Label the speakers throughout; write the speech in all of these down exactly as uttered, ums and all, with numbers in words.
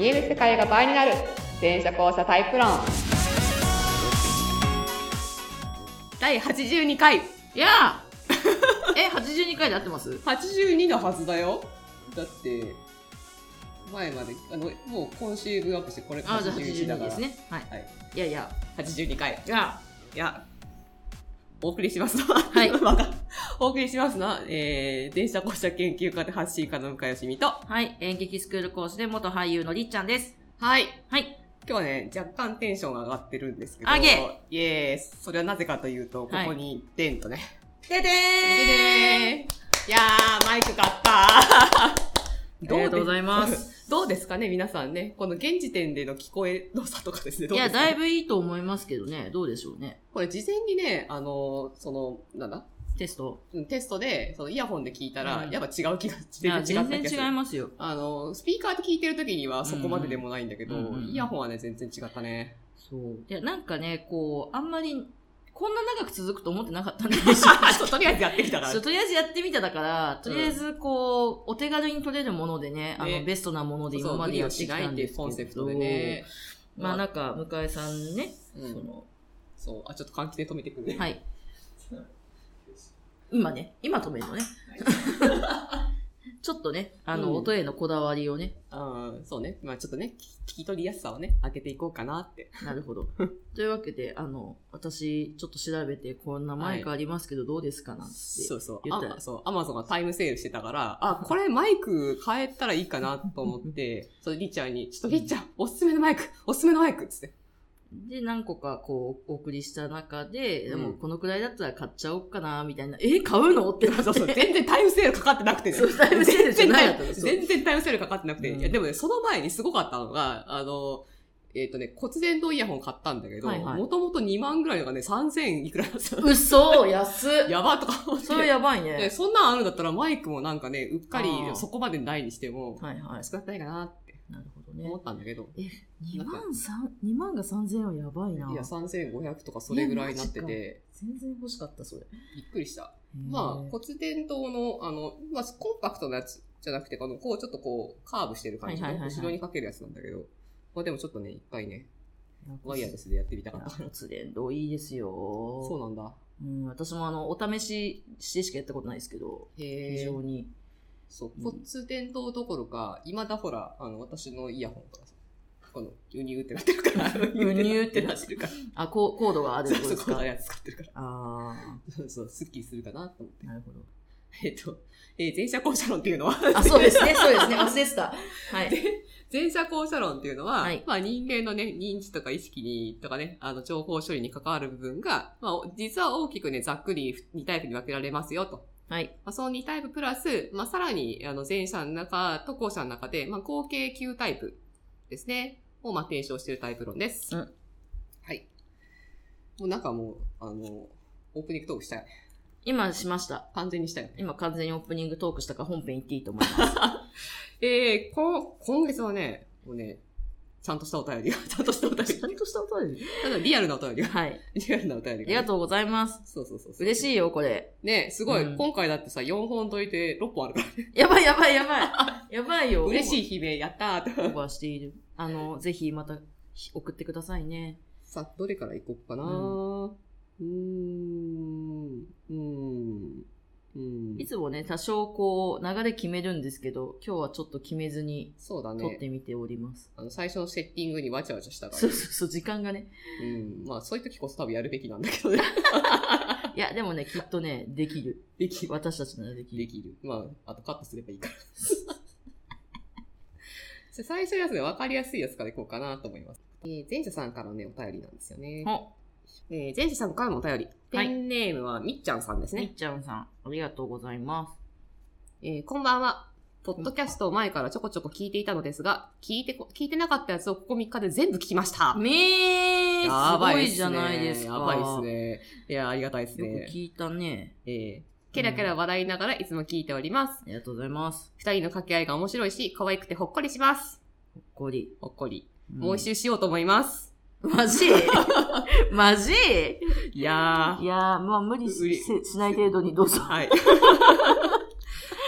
Speaker 1: 見える世界が倍になる電車交差タイプ論だいはちじゅうにかい。
Speaker 2: いやーえ、はちじゅうにかいで合ってます？
Speaker 1: はちじゅうにのはずだよ。だって前まであのもう今週分アップしてこれはちじゅういちだから。
Speaker 2: あ、じゃあはちじゅうにですね。はい。
Speaker 1: はい、
Speaker 2: いやいや
Speaker 1: はちじゅうにかい。
Speaker 2: いや
Speaker 1: いやお送りしますのは、
Speaker 2: はい、
Speaker 1: お送りしますのは、えー、電車交差研究家で発信家の向井よしみと、
Speaker 2: はい、演劇スクール講師で元俳優のりっちゃんです。
Speaker 1: はい。
Speaker 2: はい。
Speaker 1: 今日はね、若干テンションが上がってるんですけど、
Speaker 2: あげ
Speaker 1: イエーイ。それはなぜかというと、ここにデンとね。
Speaker 2: ででー
Speaker 1: ででーいやー、マイク買った
Speaker 2: どうありがとうございます。
Speaker 1: どうですかね、皆さんね。この現時点での聞こえの差とかですね。どうですかね、
Speaker 2: いや、だいぶいいと思いますけどね。どうでしょうね。
Speaker 1: これ事前にね、あの、その、なんだ
Speaker 2: テスト
Speaker 1: テストで、そのイヤホンで聞いたら、うん、やっぱ違う気がして、
Speaker 2: 全然違った気がする。全然違いますよ。
Speaker 1: あの、スピーカーで聞いてる時にはそこまででもないんだけど、うんうん、イヤホンはね、全然違ったね。
Speaker 2: そう。いや、なんかね、こう、あんまり、こんな長く続くと思ってなかったんで
Speaker 1: すよ。とりあえずやってみたから。
Speaker 2: とりあえずやってみただから、とりあえずこう、うん、お手軽に取れるものでね、あの、
Speaker 1: ね、
Speaker 2: ベストなもので今までやってきたんですけど。
Speaker 1: コンセプトでね。
Speaker 2: まあなんか、向井さんね、
Speaker 1: うん、その、そう、あ、ちょっと換気で止めてくるね。
Speaker 2: はい。今ね、今止めるのね。ちょっとね、あの、うん、音へのこだわりをね。
Speaker 1: ああ、そうね。まあちょっとね、聞き取りやすさをね、上げていこうかなって。
Speaker 2: なるほど。というわけで、あの、私、ちょっと調べて、こんなマイクありますけど、どうですかなんて
Speaker 1: 言ったら、そうそう。あ、そう。アマゾンがタイムセールしてたから、あ、これマイク変えたらいいかなと思って、それリッチャーに、ちょっとリッチャー、おすすめのマイク、おすすめのマイクっつって。
Speaker 2: で、何個かこう、お送りした中で、でもこのくらいだったら買っちゃおうかな、みたいな。え、買うのってなって。
Speaker 1: そうそう、全然タイムセールかかってなくてね。
Speaker 2: そう、タイムセールじゃない。
Speaker 1: 全然タイムセールかかってなくて。うん、いや、でもね、その前にすごかったのが、あの、えっ、ー、とね、骨伝導イヤホン買ったんだけど、もともとにまんぐらいのがね、さんぜんいくらなんですよ。
Speaker 2: 嘘安っ
Speaker 1: やばとか思って。
Speaker 2: それやばいね。
Speaker 1: そんなんあるんだったらマイクもなんかね、うっかりそこまでないにしても、はいはい。少なくないかなって。
Speaker 2: なるほどね。
Speaker 1: 思ったんだけど。
Speaker 2: え、にまんさん、にまんがさんぜんえんはやばいな。
Speaker 1: いや、さんぜんごひゃくとかそれぐらいになってて。
Speaker 2: 全然欲しかった、それ。
Speaker 1: びっくりした。まあ、骨伝導の、あの、まあ、コンパクトなやつじゃなくて、この、こう、ちょっとこう、カーブしてる感じの、後ろにかけるやつなんだけど。まあでもちょっとね、一回ね、ワイヤレスでやってみたかった。
Speaker 2: 骨伝導いいですよ。
Speaker 1: そうなんだ。
Speaker 2: うん、私もあの、お試ししてしかやったことないですけど、
Speaker 1: へ
Speaker 2: 非常に。
Speaker 1: そう、骨伝導どころか、今だほら、あの、私のイヤホンとかさ、この、ユニューってなってるから、
Speaker 2: ユニューってなって
Speaker 1: るから。
Speaker 2: あ、コードがあるってことですか？
Speaker 1: そう、コードのやつ使ってるから。
Speaker 2: ああ。
Speaker 1: そうそう、スッキリするかなと思って。
Speaker 2: なるほど。
Speaker 1: えっと、えー、前者後者論っていうのは
Speaker 2: あ、そうですね、そうですね、忘れてた。はい。
Speaker 1: 前者後者論っていうのは、
Speaker 2: はい、
Speaker 1: まあ人間のね、認知とか意識に、とかね、あの、情報処理に関わる部分が、まあ、実は大きくね、ざっくりにタイプに分けられますよと。
Speaker 2: はい。
Speaker 1: まあ、そのにタイププラス、まあ、さらに、あの、前者の中と後者の中で、まあ、合計きゅうタイプですね。を、まあ、提唱しているタイプ論です。
Speaker 2: うん。
Speaker 1: はい。もうなんかもう、あの、オープニングトークしたよね。
Speaker 2: 今しました。
Speaker 1: 完全にしたよね。
Speaker 2: 今完全にオープニングトークしたから本編行っていいと思います。
Speaker 1: えー、こ、今月はね、もうね、ちゃんとしたお便りが、ちゃんとしたお便り。
Speaker 2: ちゃんとしたお便り
Speaker 1: ただリアルなお便りが。
Speaker 2: はい。
Speaker 1: リアルなお便りが、ね。
Speaker 2: ありがとうございます。
Speaker 1: そうそうそうそう。
Speaker 2: 嬉しいよ、これ。
Speaker 1: ね、すごい、うん、今回だってさ、よんほん解いてろっぽんあるからね。
Speaker 2: やばいやばいやばい。やばいよ。
Speaker 1: 嬉しい悲鳴、やったーと。
Speaker 2: オーバーしている。あの、ぜひまた送ってくださいね。
Speaker 1: さあ、どれから行こうかな、うん、うーん。うーん。うん、
Speaker 2: いつもね、多少こう、流れ決めるんですけど、今日はちょっと決めずに、
Speaker 1: そうだね。
Speaker 2: 撮ってみております。
Speaker 1: あの、最初のセッティングにわちゃわちゃしたから、ね。
Speaker 2: そうそうそう、時間がね。
Speaker 1: うん。まあ、そういう時こそ多分やるべきなんだけどね。
Speaker 2: いや、でもね、きっとね、できる。
Speaker 1: できる。
Speaker 2: 私たちならできる。
Speaker 1: できる。まあ、あとカットすればいいから。最初のやつで分かりやすいやつからいこうかなと思います。えー、前者さんからのね、お便りなんですよね。えー、前者さんからのお便り。ペンネームはみっちゃんさんですね。
Speaker 2: みっちゃんさん、ありがとうございます。
Speaker 1: えー、こんばんは。ポッドキャストを前からちょこちょこ聞いていたのですが、聞いてこ、聞いてなかったやつをここみっかで全部聞きました。
Speaker 2: めー、すごいじゃないですか。
Speaker 1: やばいっすね。いや、ありがたいですね。
Speaker 2: よく聞いたね。
Speaker 1: えー、ケラケラ笑いながらいつも聞いております。
Speaker 2: ありがとうございます。
Speaker 1: 二人の掛け合いが面白いし、可愛くてほっこりします。
Speaker 2: ほっこり。
Speaker 1: ほっこり。うん、もう一周しようと思います。
Speaker 2: マジマジ
Speaker 1: いやー。
Speaker 2: いやー、まあ無理し、しない程度にどうぞ。
Speaker 1: はい。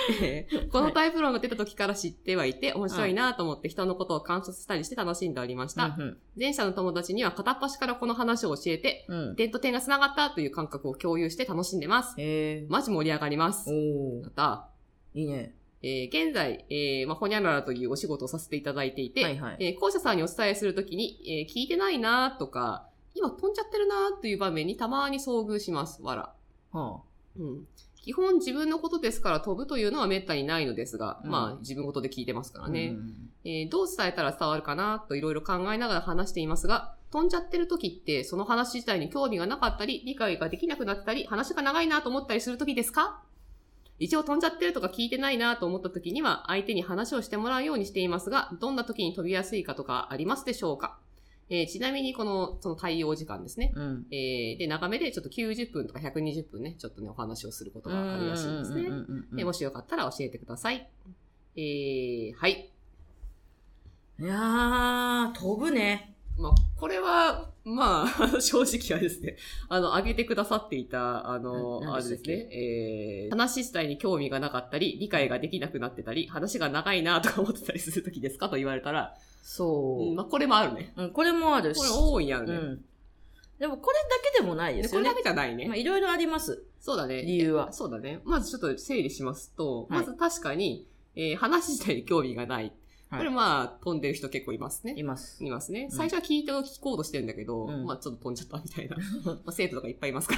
Speaker 1: このタイプ論が出た時から知ってはいて、面白いなと思って人のことを観察したりして楽しんでおりました。うんうん、前者の友達には片っ端からこの話を教えて、うん、点と点が繋がったという感覚を共有して楽しんでます。へー。マジ盛り上がります。おー。また、
Speaker 2: いいね。
Speaker 1: えー、現在、えー、まあ、ほにゃららというお仕事をさせていただいていて、はいはい、えー、校舎さんにお伝えするときに、えー、聞いてないなとか、今飛んじゃってるなという場面にたまに遭遇します。わら。はあ、うん。基本自分のことですから飛ぶというのは滅多にないのですが、うん、まあ自分ごとで聞いてますからね。うんえー、どう伝えたら伝わるかなといろいろ考えながら話していますが、飛んじゃってる時ってその話自体に興味がなかったり、理解ができなくなったり、話が長いなと思ったりする時ですか？一応飛んじゃってるとか聞いてないなと思った時には相手に話をしてもらうようにしていますが、どんな時に飛びやすいかとかありますでしょうか？えー、ちなみにこの、その対応時間ですね。うん、えー、で、長めでちょっときゅうじゅっぷんとかひゃくにじゅっぷんね、ちょっとね、お話をすることがあるらしいですね。で、もしよかったら教えてください。えー、はい。
Speaker 2: いやー、飛ぶね。
Speaker 1: まあ、これは、まあ、正直はですね、あの、挙げてくださっていた、あの、あれですね、えー、話自体に興味がなかったり、理解ができなくなってたり、話が長いなとか思ってたりするときですかと言われたら、
Speaker 2: そう。
Speaker 1: うん、まあ、これもあるね。
Speaker 2: うん、これもあるし。
Speaker 1: これ大いにあるね。うん。
Speaker 2: でも、これだけでもないですよね。
Speaker 1: これだけじゃないね。
Speaker 2: まあ、いろいろあります。
Speaker 1: そうだね。
Speaker 2: 理由は。
Speaker 1: そうだね。まずちょっと整理しますと、はい、まず確かに、えー、話自体に興味がない。これまあ、飛んでる人結構いますね。
Speaker 2: います。
Speaker 1: いますね。最初は聞いて聞こうとしてるんだけど、うん、まあちょっと飛んじゃったみたいな。まあ生徒とかいっぱいいますから。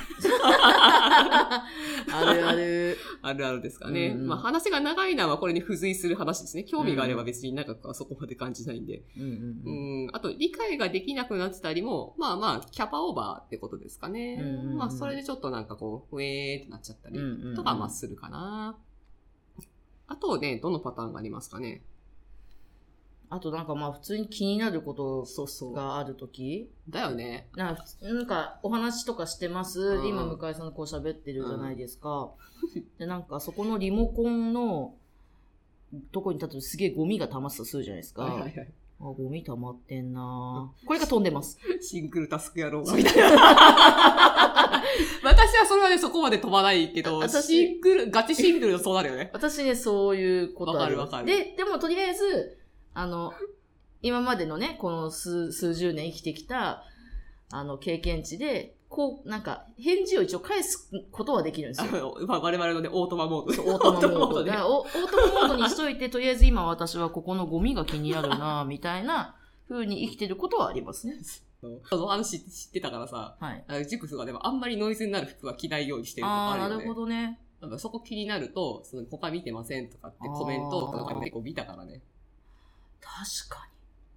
Speaker 2: あるある。
Speaker 1: あるあるですかね。うんうん、まあ話が長いのはこれに付随する話ですね。興味があれば別に長くはそこまで感じないんで。うんうんうんうん、あと、理解ができなくなってたりも、まあまあ、キャパオーバーってことですかね。うんうんうん、まあそれでちょっとなんかこう、ウェーってなっちゃったりとか、まあするかな。あとね、どのパターンがありますかね。
Speaker 2: あとなんかまあ普通に気になることがあるとき
Speaker 1: だよね。
Speaker 2: なんか、なんかお話とかしてます。うん、今向井さんとこう喋ってるじゃないですか。うん、で、なんかそこのリモコンのとこに立つとすげえゴミが溜まってたとするじゃないですか。はいはいはい。あ、ゴミ溜まってんなぁ。これが飛んでます。
Speaker 1: シングルタスクやろうみたいな。私はそれはね、そこまで飛ばないけど、シングル、ガチシングルのそうなるよね。
Speaker 2: 私ね、そういうことある。
Speaker 1: わかるわかる。
Speaker 2: で、でもとりあえず、あの、今までのね、この数、数十年生きてきた、あの、経験値で、こう、なんか、返事を一応返すことはできるんですよ。
Speaker 1: まあ、我々のね、オートマモード。
Speaker 2: そう、オートマモード。オートマモードにしといて、とりあえず今私はここのゴミが気になるな、みたいな風に生きてることはありますね。
Speaker 1: その話知ってたからさ、はい。ジュクスがでもあんまりノイズになる服は着ないようにしてるとかあるよね。
Speaker 2: ああ、なるほどね。
Speaker 1: なんかそこ気になると、その他見てませんとかってコメントとか結構見たからね。
Speaker 2: 確か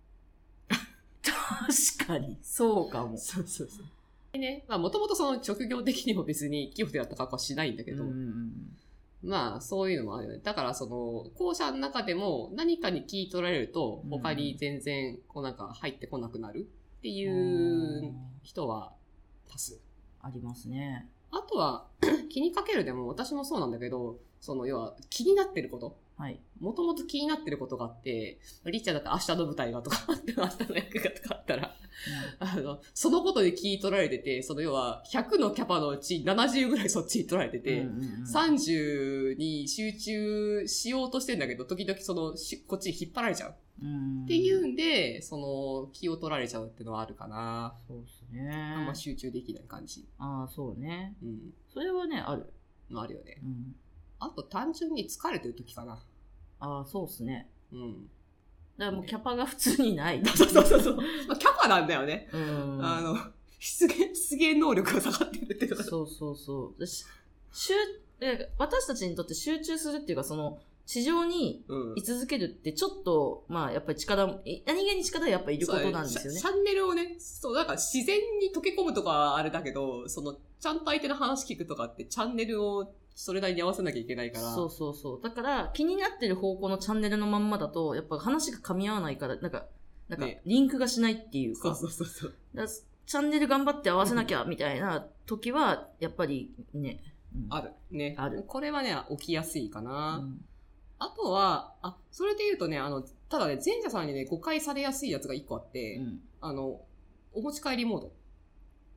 Speaker 2: に。確かに。そうかも。
Speaker 1: そうそうそう。でね、まあもともとその職業的にも別に寄付でやった格好はしないんだけど、うんうん、まあそういうのもあるよね。だからその、校舎の中でも何かに聞い取られると、他に全然こうなんか入ってこなくなるっていう人は多数。
Speaker 2: ありますね。
Speaker 1: あとは、気にかけるでも私もそうなんだけど、その要は気になってること。はい。もともと気になってることがあって、リッチャーだったら明日の舞台がとか、明日の役がとかあったら、うん、あの、そのことで聞い取られてて、その要はひゃくのキャパのうちななじゅうぐらいそっちに取られてて、うんうんうん、さんじゅうに集中しようとしてんだけど、時々その、こっちに引っ張られちゃう。うん、っていうんで、その、気を取られちゃうっていうのはあるかな。
Speaker 2: そうですね。
Speaker 1: あんま集中できない感じ。
Speaker 2: ああ、そうね。うん。それはね、ある。
Speaker 1: あるよね。うん。あと単純に疲れてる時かな。
Speaker 2: ああ、そうっすね。うん。だからもうキャパが普通にない。
Speaker 1: そうそうそうそう。まあ、キャパなんだよね。うん。あの、出現、出現能力が下がってるっていうか。
Speaker 2: そうそうそう。し集私たちにとって集中するっていうか、その、地上に居続けるってちょっと、うん、まあやっぱり力、何気に力やっぱいることなんですよね。
Speaker 1: チャンネルをね、そう、なんか自然に溶け込むとかはあれだけど、その、ちゃんと相手の話聞くとかってチャンネルをそれなりに合わせなきゃいけないから。
Speaker 2: そうそうそう。だから気になってる方向のチャンネルのまんまだと、やっぱ話が噛み合わないから、なんか、なんか、リンクがしないっていうか。
Speaker 1: ね、そうそうそうそう。
Speaker 2: だチャンネル頑張って合わせなきゃみたいな時は、やっぱりね、
Speaker 1: うん。ある。ね。
Speaker 2: ある。
Speaker 1: これはね、起きやすいかな。うんあとは、あ、それで言うとね、あの、ただね、前者さんにね、誤解されやすいやつが一個あって、うん、あの、お持ち帰りモード。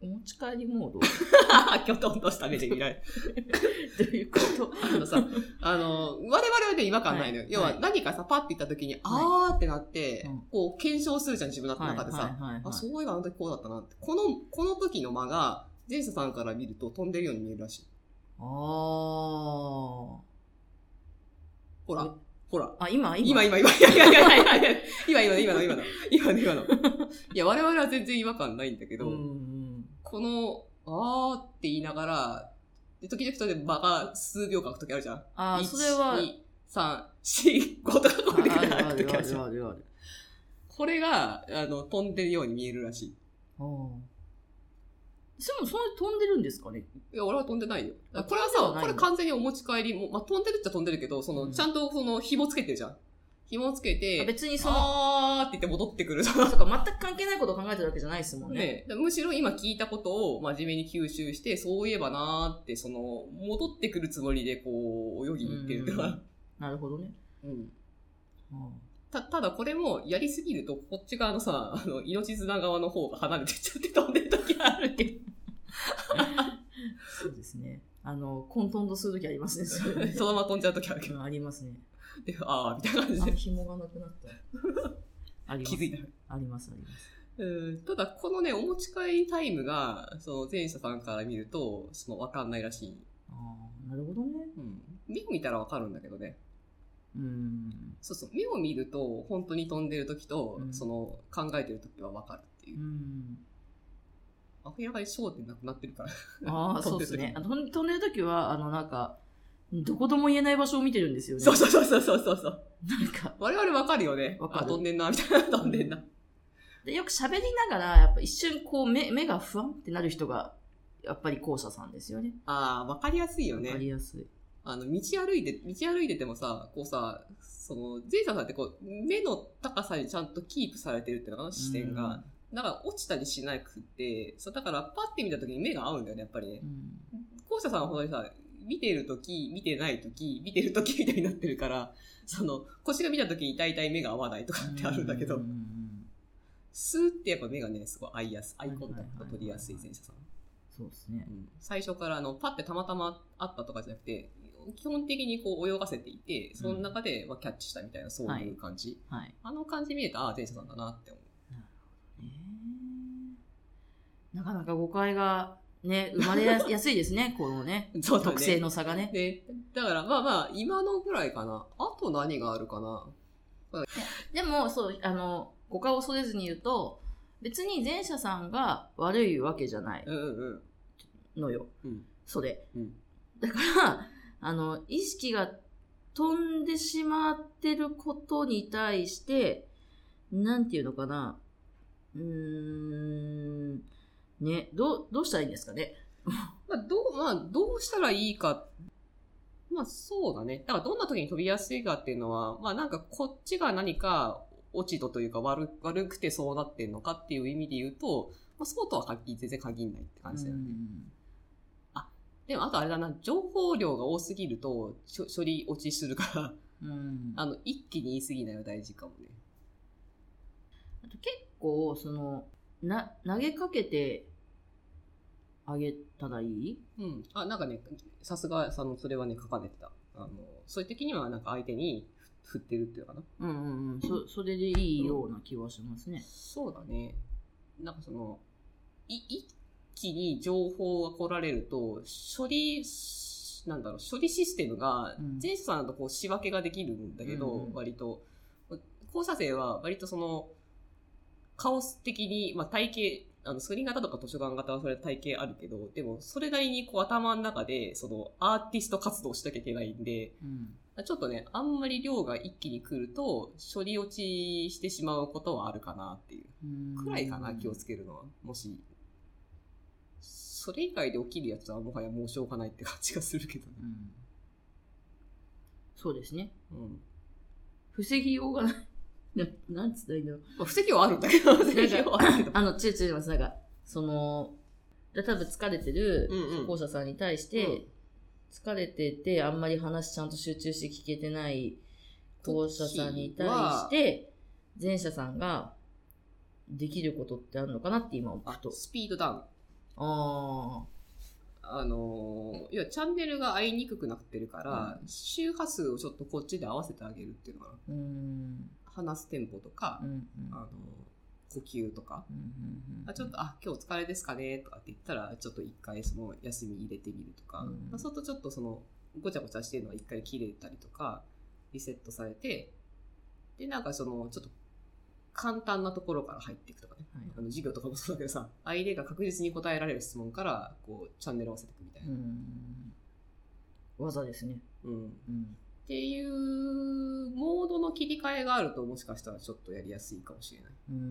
Speaker 2: お持ち帰りモード
Speaker 1: きょとんとした目で見られる。
Speaker 2: どういうこと
Speaker 1: あのさ、あの、我々はね、違和感ないのよ。はい、要は何かさ、パッて言った時に、はい、あーってなって、はい、こう、検証するじゃん、自分の中でさ。はいはいはいはい、あ、そういえばあの時こうだったなって。この、この時の間が、前者さんから見ると飛んでるように見えるらしい。あー。ほら。ほら。
Speaker 2: あ、今
Speaker 1: 今今今今いやいやいやいやいや今今今の今の今の今のいや我々は全然違和感ないんだけど、うんうん、このあーって言いながらで時々それで間が数秒間空く時あるじゃん。
Speaker 2: あー、それは
Speaker 1: に、さん、よん、ごとかこうである時あるじゃん。これがあの飛んでるように見えるらしい。ああ。
Speaker 2: でもそれ飛んでるんですかね。
Speaker 1: いや、俺は飛んでないよ。これはさ、これ完全にお持ち帰りも、まあ、飛んでるっちゃ飛んでるけど、その、うん、ちゃんとその、紐つけてるじゃん。紐つけて、
Speaker 2: 別にその、
Speaker 1: あーって言って戻ってくる。
Speaker 2: そうか、全く関係ないことを考えてるわけじゃないですもんね。
Speaker 1: ね。むしろ今聞いたことを真面目に吸収して、そういえばなーって、その、戻ってくるつもりで、こう、泳ぎに行ってるってか。
Speaker 2: なるほどね。うん。
Speaker 1: はあた、ただこれもやりすぎると、こっち側のさ、あの、命綱側の方が離れてっちゃって飛んでる時あるけど。
Speaker 2: そうですね。あの、混沌とする時ありますね。
Speaker 1: そのまま飛んじゃう時あるけど。
Speaker 2: ありますね。
Speaker 1: で、あーみたいな感じで。
Speaker 2: 紐がなくなった。あります。
Speaker 1: 気づいた。
Speaker 2: あります、あります。
Speaker 1: うんただ、このね、お持ち帰りタイムが、その前者さんから見ると、その、わかんないらしい。
Speaker 2: ああ、なるほどね。
Speaker 1: うん。目を見たらわかるんだけどね。
Speaker 2: うん。
Speaker 1: そうそう。目を見ると、本当に飛んでる時と、うん、その、考えてる時はわかるっていう。うん。明らかに焦点なくなってるから。
Speaker 2: ああ、そうですね。飛んでる時は、あの、なんか、どことも言えない場所を見てるんですよね。
Speaker 1: そうそうそうそうそうそう。
Speaker 2: なんか。
Speaker 1: 我々わかるよね。わかる。飛んでんな、みたいな。飛んでんな。
Speaker 2: でよく喋りながら、やっぱ一瞬こう目、目が不安ってなる人が、やっぱり校舎さんですよね。
Speaker 1: ああ、わかりやすいよね。
Speaker 2: わかりやすい。
Speaker 1: あの、道歩いて、道歩いててもさ、こうさ、その、前者さんってこう、目の高さにちゃんとキープされてるっていうのかな、視点が。だから落ちたりしなくて、そう、だからパッて見た時に目が合うんだよね、やっぱりね。うん、校舎さんはほんとにさ、見てる時、見てない時、見てる時みたいになってるから、その、腰が見た時に大体目が合わないとかってあるんだけど、スーってやっぱ目がね、すごい合いやすい、アイコンタクト取りやすい前者さん。
Speaker 2: そうですね、うん。
Speaker 1: 最初からあの、パッてたまたまあったとかじゃなくて、基本的にこう泳がせていて、その中でキャッチしたみたいな、そういう感じ。うんはい、あの感じ見ると、ああ、前者さんだなって思う。
Speaker 2: なかなか誤解がね、生まれやすいですね、このね。そうだね。特性の差がね。
Speaker 1: で、だからまあまあ、今のぐらいかな。あと何があるかな。
Speaker 2: でも、そう、あの、誤解を恐れずに言うと、別に前者さんが悪いわけじゃないのよ。うんうん、それ、うん。だから、あの、意識が飛んでしまってることに対して、なんていうのかな。うーん。ね、どう、どうしたらいいんですかね。
Speaker 1: まあ、どう、まあ、どうしたらいいか。まあ、そうだね。だからどんな時に飛びやすいかっていうのは、まあなんかこっちが何か落ち度というか悪、悪くてそうなってんのかっていう意味で言うと、まあそうとは限全然限んないって感じだよね。あ、でもあとあれだな、情報量が多すぎると処理落ちするから、うんあの、一気に言い過ぎないのは大事かもね。
Speaker 2: あと結構、その、な、投げかけて、あげたらいい？
Speaker 1: うん。あ、なんかね、さすが、その、それはね、書かれてた。あの、そういう時には、なんか相手に振ってるっていうかな。
Speaker 2: うんうんうん。そ、それでいいような気はしますね。うん、
Speaker 1: そうだね。なんかその、い、一気に情報が来られると、処理、なんだろう、処理システムが、前者さんだとこう仕分けができるんだけど、うん、割と。校舎生は割とその、カオス的に、まあ、体系、あの、スクリーン型とか図書館型はそれ体系あるけど、でも、それなりにこう頭の中で、その、アーティスト活動しなきゃいけないんで、うん、ちょっとね、あんまり量が一気に来ると、処理落ちしてしまうことはあるかなっていう。くらいかな、気をつけるのは。もし、それ以外で起きるやつはもはやもうしょうがないって感じがするけどね。うん、
Speaker 2: そうですね。うん。防ぎようがない。な, なんつったらいいんだろう。
Speaker 1: まあ、防ぎはあるんだけど、防ぎ
Speaker 2: はあるけど。あの、ちゅうちゅうます。なんか、その、多分疲れてる校舎さんに対して、うんうん、疲れてて、あんまり話ちゃんと集中して聞けてない校舎さんに対して、前者さんができることってあるのかなって今思うと。
Speaker 1: スピードダウン。
Speaker 2: あ
Speaker 1: あ。あのー、いや、チャンネルが合いにくくなってるから、うん、周波数をちょっとこっちで合わせてあげるっていうのかな。うん、話すテンポとか、うんうん、あのー、呼吸とか、うんうんうん、あちょっと、あ、今日お疲れですかねとかって言ったら、ちょっと一回その休み入れてみるとか、うんまあ、そうするとちょっとその、ごちゃごちゃしてるのは一回切れたりとか、リセットされて、で、なんかその、ちょっと簡単なところから入っていくとかね。はい、あの授業とかもそうだけどさ、相手が確実に答えられる質問から、こう、チャンネル合わせていくみたいな。うん。
Speaker 2: 技ですね。うん。うん、
Speaker 1: っていうモードの切り替えがあると、もしかしたらちょっとやりやすいかもしれない。うん。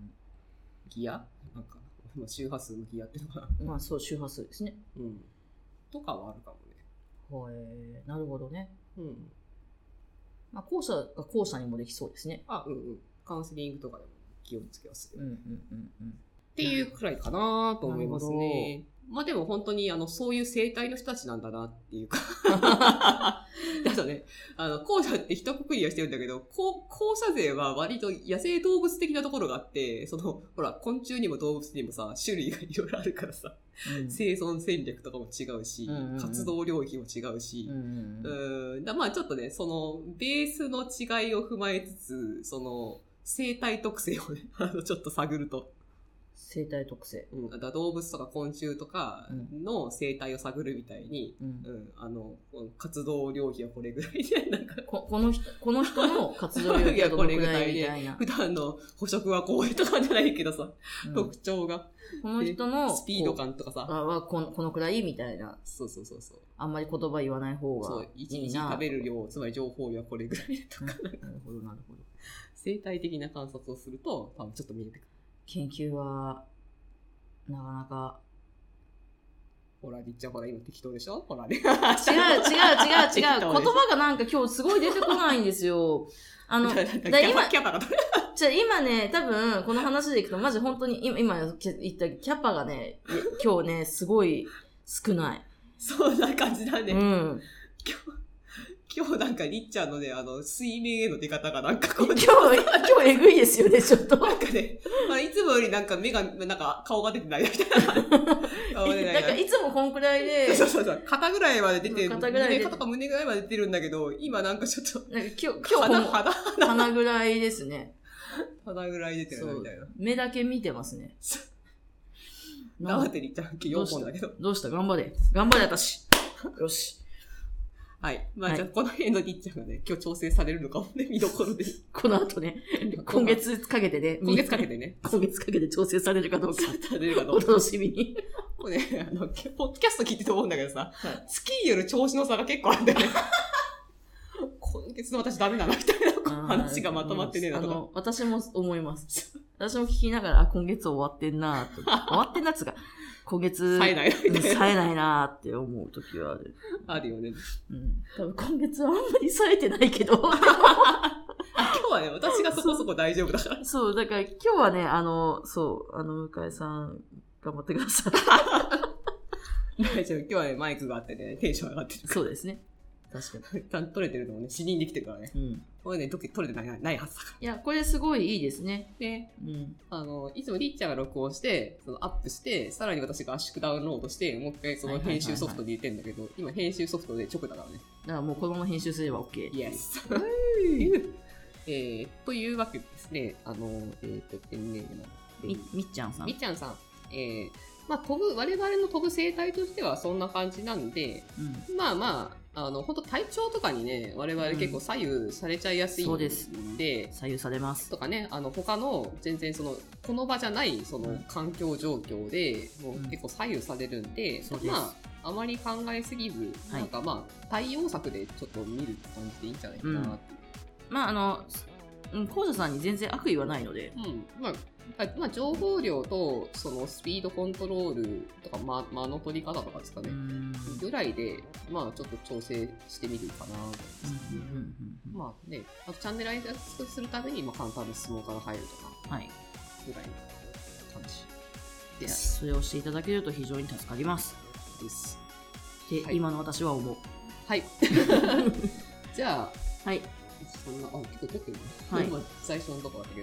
Speaker 1: ギアなんか、周波数のギアっていうのかな。
Speaker 2: まあそう、周波数ですね。
Speaker 1: うん。とかはあるかもね。
Speaker 2: へえ、なるほどね。うん。まあ、後者が後者にもできそうですね。
Speaker 1: あ、うんうん。カウンセリングとかでも気をつけやすい。うんうんうんうん。っていうくらいかなと思いますね。まあでも本当にあの、そういう生態の人たちなんだなっていうか。だとね、あの、後者って一括りはしてるんだけど、後者勢は割と野生動物的なところがあって、その、ほら、昆虫にも動物にもさ、種類がいろいろあるからさ、うん、生存戦略とかも違うし、うんうんうん、活動領域も違うし、うんうんうん、うんだまあちょっとね、その、ベースの違いを踏まえつつ、その、生態特性をね、あの、ちょっと探ると。
Speaker 2: 生態特性。
Speaker 1: うん。だ動物とか昆虫とかの生態を探るみたいに、うん。うん、あの、活動領域はこれぐらいで、なんか
Speaker 2: こ、この人、この人の活動領域はこれぐらいみたいな。
Speaker 1: 普段の捕食はこういうとかじゃないけどさ、うん、特徴が。
Speaker 2: この人の
Speaker 1: スピード感とかさ。
Speaker 2: あこの、このくらいみたいな。
Speaker 1: そうそうそうそう。
Speaker 2: あんまり言葉言わない方がいいな。そう、
Speaker 1: 一日食べる量、つまり情報量はこれぐらいとか。
Speaker 2: なるほど、なるほど。
Speaker 1: 生態的な観察をすると、多分ちょっと見えてくる。
Speaker 2: 研究は、なかなか。
Speaker 1: ほら、りっちゃんほら、今適当でしょほらね。違う、
Speaker 2: 違う、違う、違う、違う。言葉がなんか今日すごい出てこないんですよ。あの、だ今、キャパがじゃ今ね、多分、この話でいくと、マジ本当に、今、今言ったキャパがね、今日ね、すごい少ない。
Speaker 1: そんな感じだね。うん。今日今日なんかりっちゃんのね、あの、水面への出方がなんかこう、
Speaker 2: 今日、今日えぐいですよね、ちょっと。
Speaker 1: なんかね、まあ、いつもよりなんか目が、なんか顔が出てないみたいな。
Speaker 2: 顔出てない。なんかいつもこんくらいで。
Speaker 1: そうそうそう。肩ぐらいまで出てる。肩ぐらいで。肩か胸ぐらいまで出てるんだけど、今なんかちょっと。
Speaker 2: なんか今日、今日鼻、鼻、鼻ぐらいですね。
Speaker 1: 鼻ぐらい出てるみたいな。
Speaker 2: 目だけ見てますね。
Speaker 1: 頑張ってりっちゃん、よんほんだけど。
Speaker 2: どうした頑張れ。頑張れ、私。よし。
Speaker 1: はい。まあ、はい、じゃあ、この辺のりっちゃんがね、今日調整されるのかもね、見どころで。
Speaker 2: この後ね、今月かけてね。
Speaker 1: 今月かけてね。
Speaker 2: 今月かけて調整されるかどうか。
Speaker 1: されるかどうか。
Speaker 2: お楽しみに。
Speaker 1: これね、あの、ポッドキャスト聞いてて思うんだけどさ、はい、月による調子の差が結構あるんだよね。今月の私ダメだな、みたいな話がまとまってねえなとか。あの、
Speaker 2: 私も思います。私も聞きながら、あ、今月終わってんなと。終わってんなっつうか。今月、
Speaker 1: 冴えないな、みたいな。
Speaker 2: 冴えないなーって思う時はある。
Speaker 1: あるよね。
Speaker 2: うん。多分今月はあんまり冴えてないけど。今
Speaker 1: 日はね、私がそこそこ大丈夫だから。
Speaker 2: そう、だから今日はね、あの、そう、あの、向井さん、頑張ってください。
Speaker 1: 大丈夫。今日はね、マイクがあってね、テンション上がってる。
Speaker 2: そうですね。確かに。
Speaker 1: ちゃんと撮れてるのもね、死人できてるからね。うん。これね、撮れてない、ないはずだから。
Speaker 2: いや、これすごいいいですね。
Speaker 1: ね。うん。あの、いつもりっちゃんが録音して、そのアップして、さらに私が圧縮ダウンロードして、もう一回その編集ソフトで入れてんだけど、今編集ソフトで直だからね。
Speaker 2: だからもうこのまま編集すれば OK。
Speaker 1: イエス。えー、というわけでですね、あの、えっ、ー、と、ペンネームなの。
Speaker 2: み、みっちゃんさん。
Speaker 1: みっちゃんさん。えー、まあ、飛ぶ、我々の飛ぶ生態としてはそんな感じなんで、うん、まあまあ、あの、本当体調とかにね、我々結構左右されちゃいやすいんで、うん、そうです。
Speaker 2: 左右されます。
Speaker 1: とかね、あの、他の、全然その、この場じゃない、その、環境状況で、もう結構左右されるんで、うん、まあ、あまり考えすぎず、はい、なんかまあ、対応策でちょっと見る感じでいいんじゃないかなって。うん、
Speaker 2: まあ、あの、コウジさんに全然悪意はないので。
Speaker 1: うん。まあ、まあ、情報量とそのスピードコントロールとか、ま、間の取り方とかですかねぐらいで、まあちょっと調整してみるかなと思います、ね、うんうんうんうん、まあね、あとチャンネル挨拶するために、まあ、簡単な質問から入るとか、はい、ぐらいの感じです。
Speaker 2: それをしていただけると非常に助かります。
Speaker 1: です。
Speaker 2: で、はい、今の私は思う。
Speaker 1: はい。じゃあ、
Speaker 2: はい。
Speaker 1: そんな、あ、結構撮ってるね。はい。今最初のとこだったけど。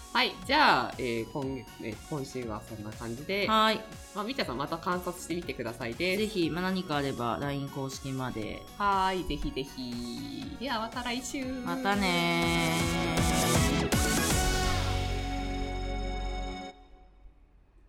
Speaker 1: はい。じゃあ、えー、今月、ね、今週はそんな感じで。
Speaker 2: はい。
Speaker 1: まあ、みちゃさんまた観察してみてくださいです。
Speaker 2: ぜひ、まあ、何かあれば ライン 公式まで。
Speaker 1: はい。ぜひぜひ。では、また来週。
Speaker 2: またねー。